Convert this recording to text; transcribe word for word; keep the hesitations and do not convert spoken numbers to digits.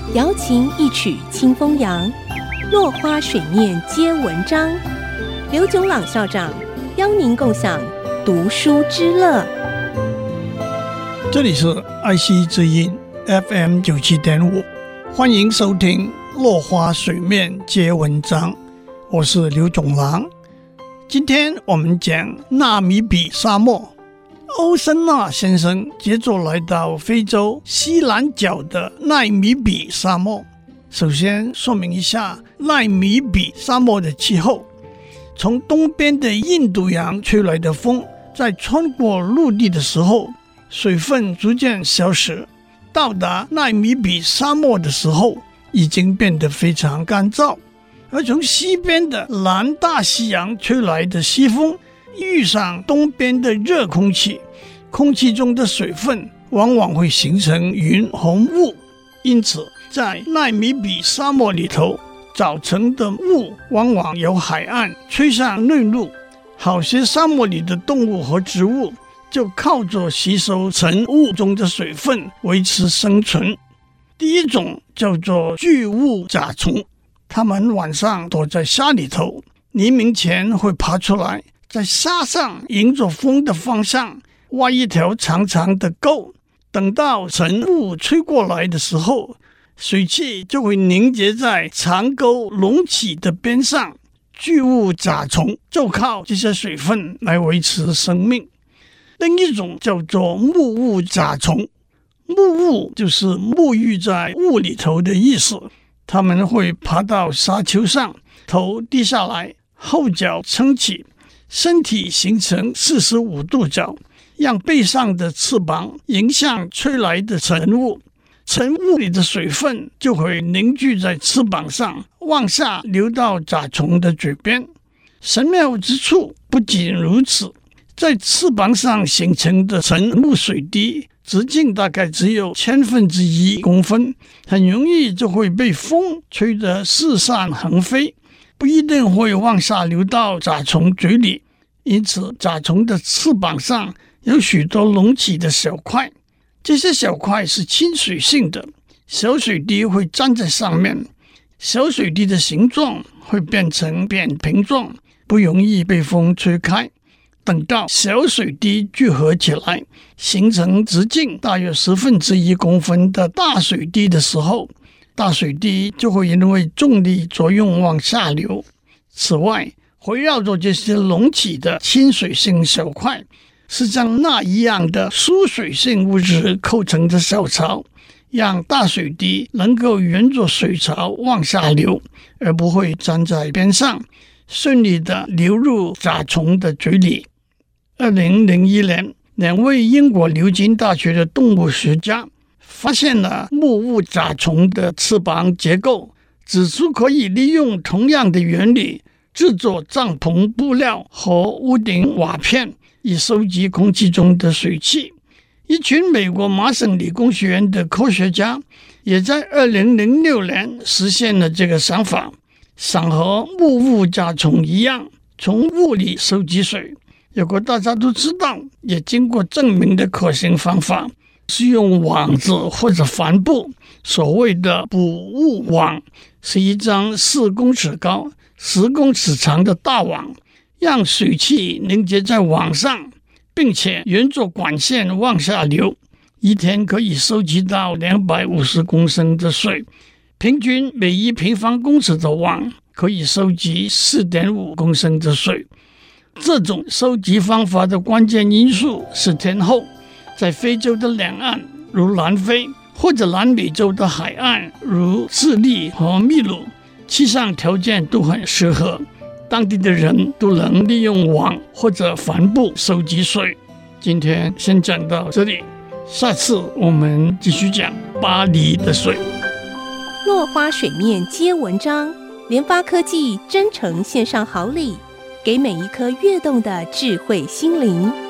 瑶琴一曲清风扬，落花水面皆文章。刘炯朗校长邀您共享读书之乐。 这里是爱惜之音 F M 九七点五，欢迎收听落花水面皆文章，我是刘炯朗。今天我们讲纳米比沙漠。欧森纳先生杰作来到非洲西南角的奈米比沙漠。首先说明一下奈米比沙漠的气候。从东边的印度洋吹来的风，在穿过陆地的时候，水分逐渐消失，到达奈米比沙漠的时候，已经变得非常干燥。而从西边的南大西洋吹来的西风，遇上东边的热空气，空气中的水分往往会形成云红雾，因此在奈米比沙漠里头，早晨的雾往往由海岸吹向内陆，好些沙漠里的动物和植物就靠着吸收晨雾中的水分维持生存。第一种叫做巨雾甲虫，它们晚上躲在沙里头，黎明前会爬出来，在沙上迎着风的方向挖一条长长的沟，等到晨雾吹过来的时候，水汽就会凝结在长沟隆起的边上，巨雾甲虫就靠这些水分来维持生命。另一种叫做木雾甲虫，木雾就是沐浴在雾里头的意思，它们会爬到沙丘上，头低下来，后脚撑起，身体形成四十五度角，让背上的翅膀迎向吹来的晨雾，晨雾里的水分就会凝聚在翅膀上，往下流到甲虫的嘴边。神妙之处不仅如此，在翅膀上形成的晨雾水滴直径大概只有千分之一公分，很容易就会被风吹得四散横飞，不一定会往下流到甲虫嘴里。因此甲虫的翅膀上有许多隆起的小块，这些小块是亲水性的，小水滴会粘在上面，小水滴的形状会变成扁平状，不容易被风吹开。等到小水滴聚合起来，形成直径大约十分之一公分的大水滴的时候，大水滴就会因为重力作用往下流。此外，围绕着这些隆起的亲水性小块，是将钠一样的疏水性物质构成的小槽，让大水滴能够沿着水槽往下流，而不会粘在边上，顺利地流入甲虫的嘴里。二零零一年，两位英国牛津大学的动物学家发现了木雾甲虫的翅膀结构，指出可以利用同样的原理制作帐篷布料和屋顶瓦片，以收集空气中的水汽。一群美国麻省理工学院的科学家也在二零零六年实现了这个想法，想和木雾甲虫一样，从雾里收集水。有个大家都知道也经过证明的可行方法，是用网子或者帆布，所谓的捕雾网，是一张四公尺高十公尺长的大网，让水汽凝结在网上，并且沿着管线往下流，一天可以收集到两百五十公升的水，平均每一平方公尺的网可以收集 四点五公升的水。这种收集方法的关键因素是天候，在非洲的两岸如南非，或者南美洲的海岸如智利和秘鲁，气象条件都很适合，当地的人都能利用网或者帆布收集水。今天先讲到这里，下次我们继续讲巴黎的水。 落花水面皆文章，联发科技真诚献上好礼，给每一颗跃动的智慧心灵。